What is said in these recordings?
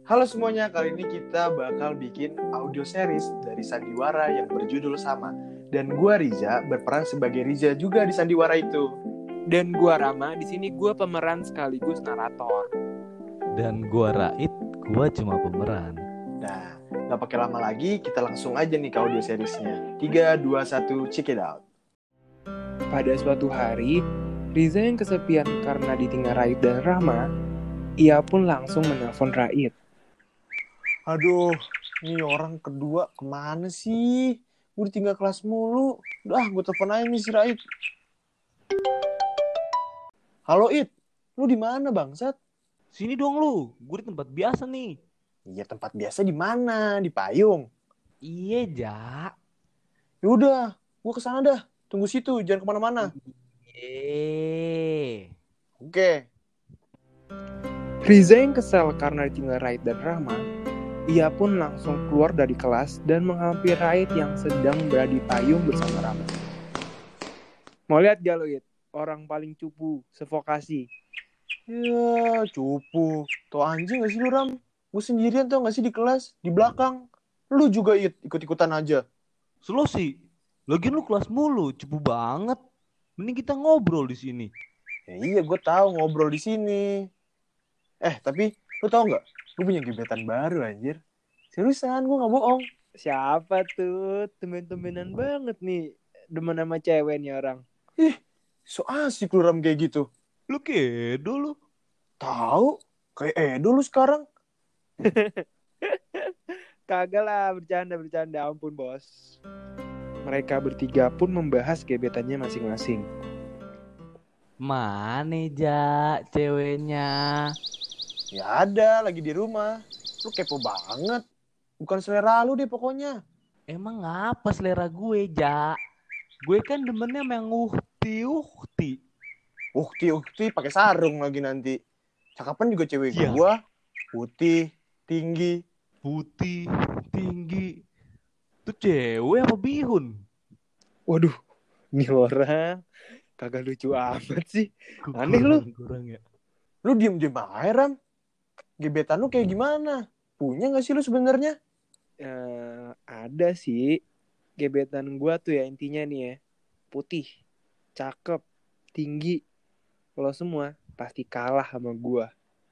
Halo semuanya, kali ini kita bakal bikin audio series dari Sandiwara yang berjudul sama. Dan gua Riza berperan sebagai Riza juga di Sandiwara itu. Dan gua Rama, di sini gua pemeran sekaligus narator. Dan gua Rait, gua cuma pemeran. Nah, gak pakai lama lagi, kita langsung aja nih ke audio seriesnya. 3, 2, 1, check it out. Pada suatu hari, Riza yang kesepian karena ditinggal Rait dan Rama, ia pun langsung menelpon Rait. Aduh, ini orang kedua kemana sih? Gue ditinggal kelas mulu. Udah, gue telepon aja nih si Rait. Halo It, lu di mana bangsat? Sini dong lu, gue di tempat biasa nih. Iya, tempat biasa di mana? Di payung. Iya, Jak. Yaudah, gue kesana dah. Tunggu situ, jangan kemana-mana. Yeay. Oke. Riza yang kesal karena ditinggal Rait dan Rama, ia pun langsung keluar dari kelas dan menghampiri Rait yang sedang berada di payung bersama Rama. Mau lihat gak lo, It? Orang paling cupu, sevokasi. Ya, cupu. Tuh anjing gak sih lu, Ram? Gue sendirian tau gak sih di kelas, di belakang. Lu juga ikut-ikutan aja. Slow sih. Lagian lu kelas mulu, cepu banget. Mending kita ngobrol di sini. Ya, iya, gue tahu ngobrol di sini. Tapi lu tau gak? Gue punya gebetan baru, anjir. Seriusan, gue gak bohong. Siapa tuh? Temen-temenan banget nih. Demen sama cewek nih orang. So asik lu, Ram, kayak gitu. Lu kedo lu. Tahu? Kayak Edo lu sekarang. Kagak lah, bercanda. Ampun, bos. Mereka bertiga pun membahas gebetannya masing-masing. Mana, Jak, ceweknya? Ya ada, lagi di rumah. Lu kepo banget. Bukan selera lu deh pokoknya. Emang apa selera gue, Jak? Gue kan demennya sama yang uhti. Ukti pakai sarung lagi nanti. Cakapan juga cewek Iya. gua. Putih, tinggi. Putih, tinggi. Itu cewek apa bihun? Waduh, ini orang kagak lucu amat sih. Aneh lu. Kurang ya. Lu diem-diem aja, Ram. Gebetan lu kayak gimana? Punya gak sih lu sebenarnya? Ada sih. Gebetan gua tuh ya intinya nih ya. Putih, cakep, tinggi. Kalau semua pasti kalah sama gua.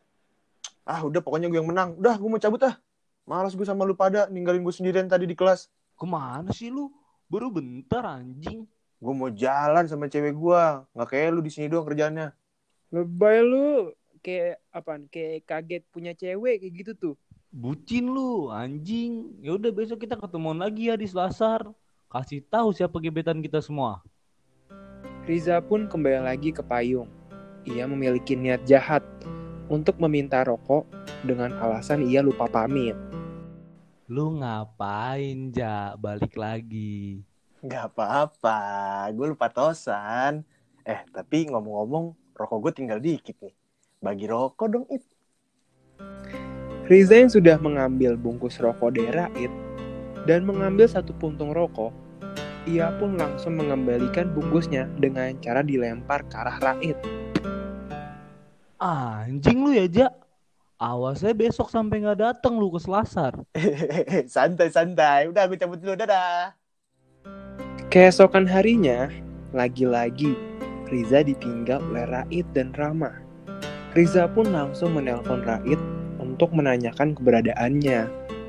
Ah udah pokoknya gue yang menang. Udah gue mau cabut ah. Malas gue sama lu pada ninggalin gue sendirian tadi di kelas. Kemana sih lu? Baru bentar anjing. Gue mau jalan sama cewek gue. Gak kayak lu di sini doang kerjaannya. Lebay lu. Kayak apaan? Kayak kaget punya cewek kayak gitu tuh. Bucin lu anjing. Ya udah besok kita ketemuan lagi ya di Selasar. Kasih tahu siapa gebetan kita semua. Riza pun kembali lagi ke payung. Ia memiliki niat jahat untuk meminta rokok dengan alasan ia lupa pamit. Lu ngapain, Ja? Balik lagi. Gak apa-apa. Gue lupa tosan. Tapi ngomong-ngomong rokok gue tinggal dikit nih. Bagi rokok dong, It. Riza yang sudah mengambil bungkus rokok dari Rait dan mengambil satu puntung rokok, ia pun langsung mengembalikan bungkusnya dengan cara dilempar ke arah Rait. Anjing lu ya, Ja. Awas saya besok sampai nggak datang lu ke Selasar. Santai. Udah gue cabut dulu. Dadah. Keesokan harinya, lagi-lagi Riza ditinggal oleh Rait dan Rama. Riza pun langsung menelpon Rait untuk menanyakan keberadaannya.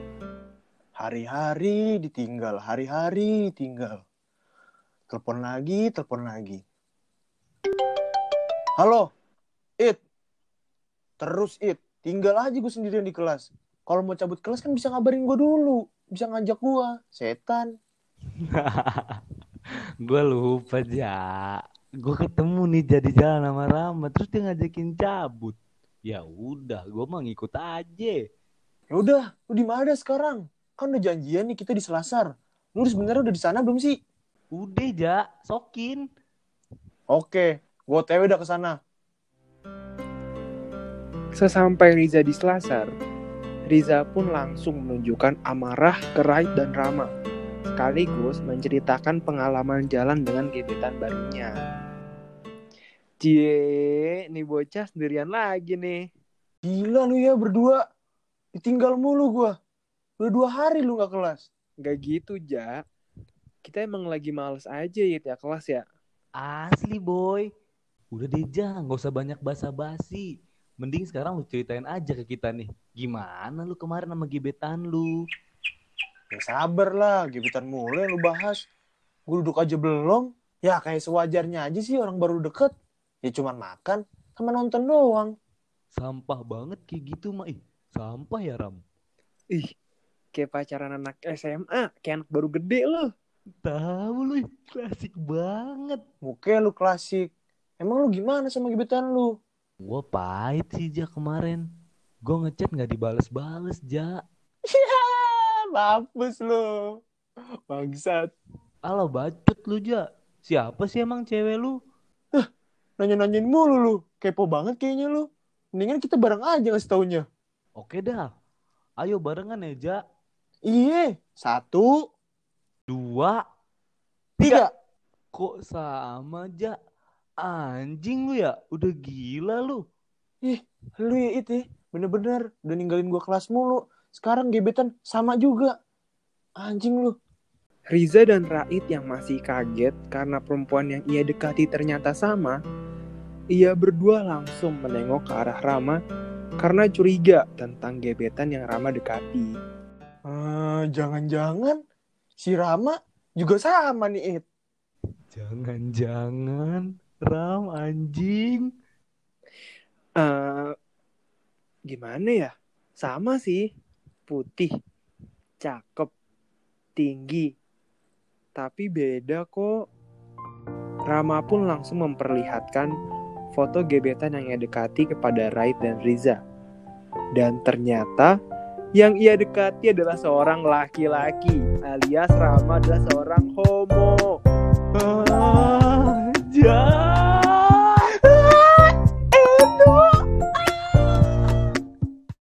Hari-hari ditinggal. Telepon lagi. Halo, It. Terus, It. Tinggal aja gue sendirian di kelas. Kalau mau cabut kelas kan bisa ngabarin gue dulu. Bisa ngajak gue. Setan. Gue lupa, Ja. Gue ketemu nih jadi jalan sama Rama, terus dia ngajakin cabut. Ya udah, gue mah ngikut aja. Yaudah, lu di mana sekarang? Kan udah janjian nih kita di Selasar. Lu sebenarnya udah di sana belum sih? Udah, Ja, sokin. Oke, gue OTW udah ke sana. Sesampai Riza di Selasar, Riza pun langsung menunjukkan amarah ke Rait dan Rama, sekaligus menceritakan pengalaman jalan dengan gebetan barunya. Cie, nih bocah sendirian lagi nih. Gila lu ya berdua. Ditinggal mulu gua. Udah 2 hari lu gak kelas. Gak gitu, Ja. Kita emang lagi males aja ya kelas ya. Asli boy. Udah deh Jang, gak usah banyak basa-basi. Mending sekarang lu ceritain aja ke kita nih. Gimana lu kemarin sama gebetan lu? Ya sabar lah, gebetan mulu yang lu bahas. Gue duduk aja belum. Ya kayak sewajarnya aja sih orang baru deket. Ya cuman makan sama nonton doang. Sampah banget kayak gitu mah. Ih, sampah ya Ram. Ih, kayak pacaran anak SMA, kayak anak baru gede loh. Tahu lu, klasik banget. Muka lu klasik. Emang lu gimana sama gebetan lu? Gua pahit sih Ja kemarin. Gua ngechat gak dibales-bales Ja. Ya, mampus lu. Bangsat. Alah bacot lu Ja. Siapa sih emang cewek lu? Nanya-nanyain mulu lu. Kepo banget kayaknya lu. Mendingan kita bareng aja ngasih taunya. Oke dah. Ayo barengan ya Ja. Iye. 1, 2, 3. kok sama Ja? Anjing lu ya? Udah gila lu. Ih, lu ya itu. Bener-bener. Udah ninggalin gua kelas mulu. Sekarang gebetan sama juga. Anjing lu. Riza dan Rait yang masih kaget karena perempuan yang ia dekati ternyata sama, ia berdua langsung menengok ke arah Rama karena curiga tentang gebetan yang Rama dekati. Jangan-jangan si Rama juga sama nih, It. Jangan-jangan Ram anjing. Gimana ya? Sama sih. Putih, cakep, tinggi. Tapi beda kok. Rama pun langsung memperlihatkan foto gebetan yang ia dekati kepada Rait dan Riza. Dan ternyata yang ia dekati adalah seorang laki-laki, alias Rama adalah seorang homo. Ja.